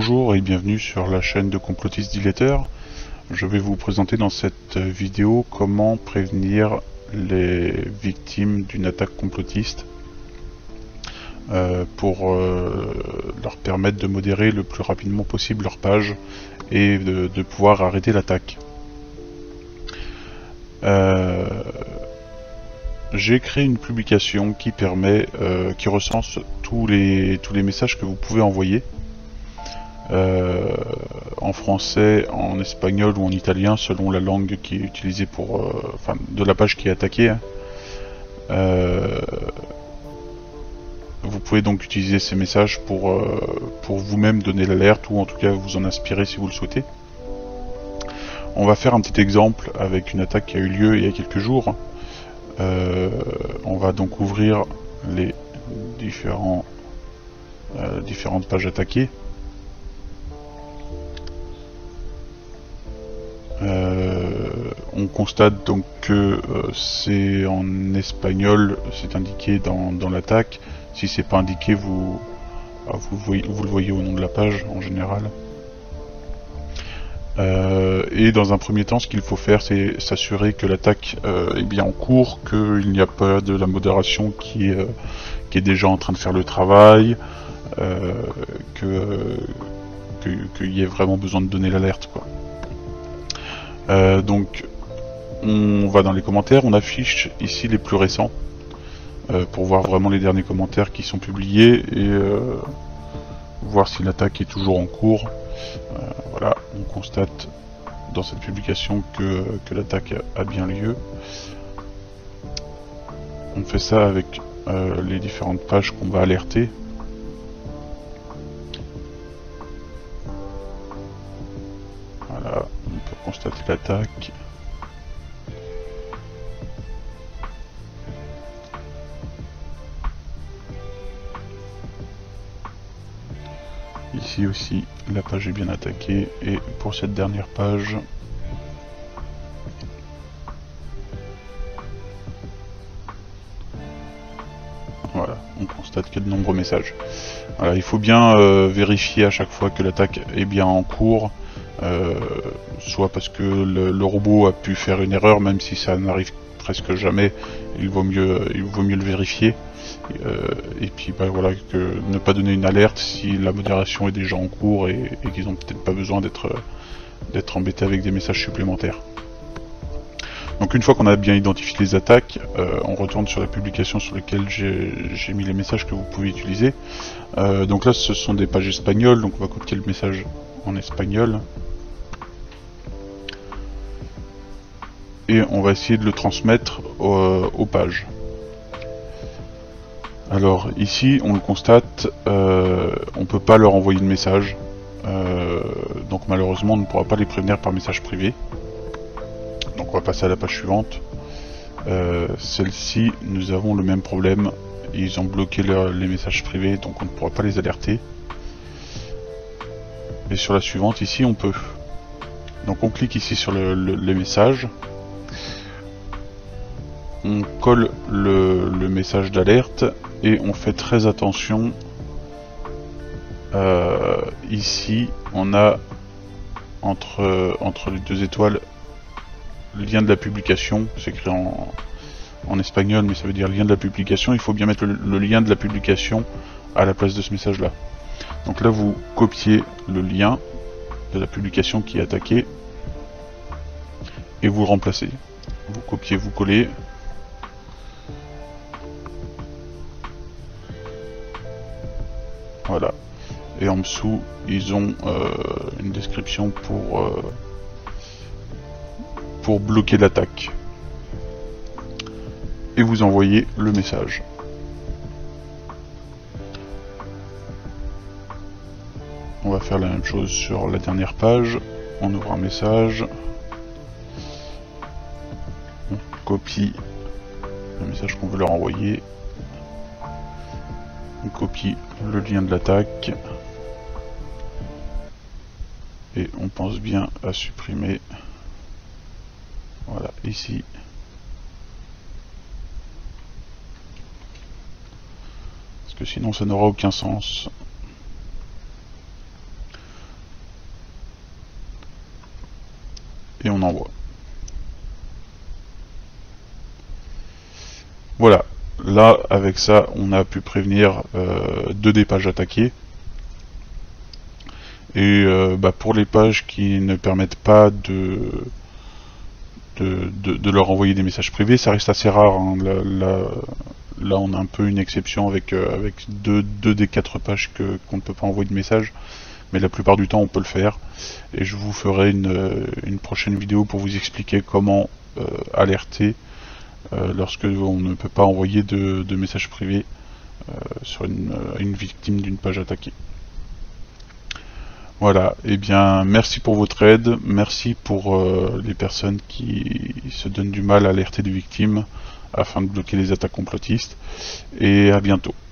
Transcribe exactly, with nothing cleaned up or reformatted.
Bonjour et bienvenue sur la chaîne de Complotiste Dilateur. Je vais vous présenter dans cette vidéo comment prévenir les victimes d'une attaque complotiste euh, pour euh, leur permettre de modérer le plus rapidement possible leur page et de, de pouvoir arrêter l'attaque. Euh, J'ai créé une publication qui permet, euh, qui recense tous les tous les messages que vous pouvez envoyer euh, en français, en espagnol ou en italien selon la langue qui est utilisée pour, euh, enfin, de la page qui est attaquée. Hein. Euh, vous pouvez donc utiliser ces messages pour euh, pour vous-même donner l'alerte ou en tout cas vous en inspirer si vous le souhaitez. On va faire un petit exemple avec une attaque qui a eu lieu il y a quelques jours. Euh, on va donc ouvrir les différents, euh, différentes pages attaquées. Euh, on constate donc que euh, c'est en espagnol, c'est indiqué dans, dans l'attaque. Si c'est pas indiqué, vous, vous, voyez, vous le voyez au nom de la page en général. Euh, et dans un premier temps, ce qu'il faut faire, c'est s'assurer que l'attaque euh, est bien en cours, qu'il n'y a pas de la modération qui, euh, qui est déjà en train de faire le travail, euh, que qu'il y ait vraiment besoin de donner l'alerte, quoi. Euh, donc, on va dans les commentaires, on affiche ici les plus récents euh, pour voir vraiment les derniers commentaires qui sont publiés et euh, voir si l'attaque est toujours en cours. Euh, voilà, on constate dans cette publication que, que l'attaque a bien lieu. On fait ça avec euh, les différentes pages qu'on va alerter. Voilà, on peut constater l'attaque. Ici aussi, la page est bien attaquée, et pour cette dernière page, voilà, on constate qu'il y a de nombreux messages. Voilà, il faut bien euh, vérifier à chaque fois que l'attaque est bien en cours, euh, soit parce que le, le robot a pu faire une erreur, même si ça n'arrive presque jamais, il vaut mieux, il vaut mieux le vérifier. Euh, et puis bah, voilà, que ne pas donner une alerte si la modération est déjà en cours et, et qu'ils n'ont peut-être pas besoin d'être d'être embêtés avec des messages supplémentaires. Donc une fois qu'on a bien identifié les attaques, euh, on retourne sur la publication sur laquelle j'ai mis les messages que vous pouvez utiliser. Euh, donc là ce sont des pages espagnoles, donc on va copier le message en espagnol. Et on va essayer de le transmettre euh, aux pages. Alors ici on le constate, euh, on ne peut pas leur envoyer de message, euh, donc malheureusement on ne pourra pas les prévenir par message privé. Donc on va passer à la page suivante. Euh, Celle-ci, nous avons le même problème, ils ont bloqué leur, les messages privés, donc on ne pourra pas les alerter. Et sur la suivante ici on peut. Donc on clique ici sur le, le, les messages. On colle le, le message d'alerte et on fait très attention. Euh, ici, on a entre, entre les deux étoiles le lien de la publication. C'est écrit en, en espagnol, mais ça veut dire lien de la publication. Il faut bien mettre le, le lien de la publication à la place de ce message-là. Donc là, vous copiez le lien de la publication qui est attaquée et vous le remplacez. Vous copiez, vous collez. Voilà, et en dessous ils ont euh, une description pour euh, pour bloquer l'attaque et vous envoyez le message. On va faire la même chose sur la dernière page. On ouvre un message, on copie le message qu'on veut leur envoyer. On copie le lien de l'attaque et on pense bien à supprimer, voilà, ici, parce que sinon ça n'aura aucun sens. et on envoie. Voilà, là avec ça on a pu prévenir euh, deux des pages attaquées. Et euh, bah, pour les pages qui ne permettent pas de, de, de, de leur envoyer des messages privés, ça reste assez rare. Hein. Là, là, là on a un peu une exception avec, euh, avec deux, deux des quatre pages que, qu'on ne peut pas envoyer de messages. Mais la plupart du temps on peut le faire. Et je vous ferai une, une prochaine vidéo pour vous expliquer comment euh, alerter euh, lorsque on ne peut pas envoyer de, de messages privés euh, sur une, une victime d'une page attaquée. Voilà, et eh bien merci pour votre aide, merci pour euh, les personnes qui se donnent du mal à alerter des victimes afin de bloquer les attaques complotistes, et à bientôt.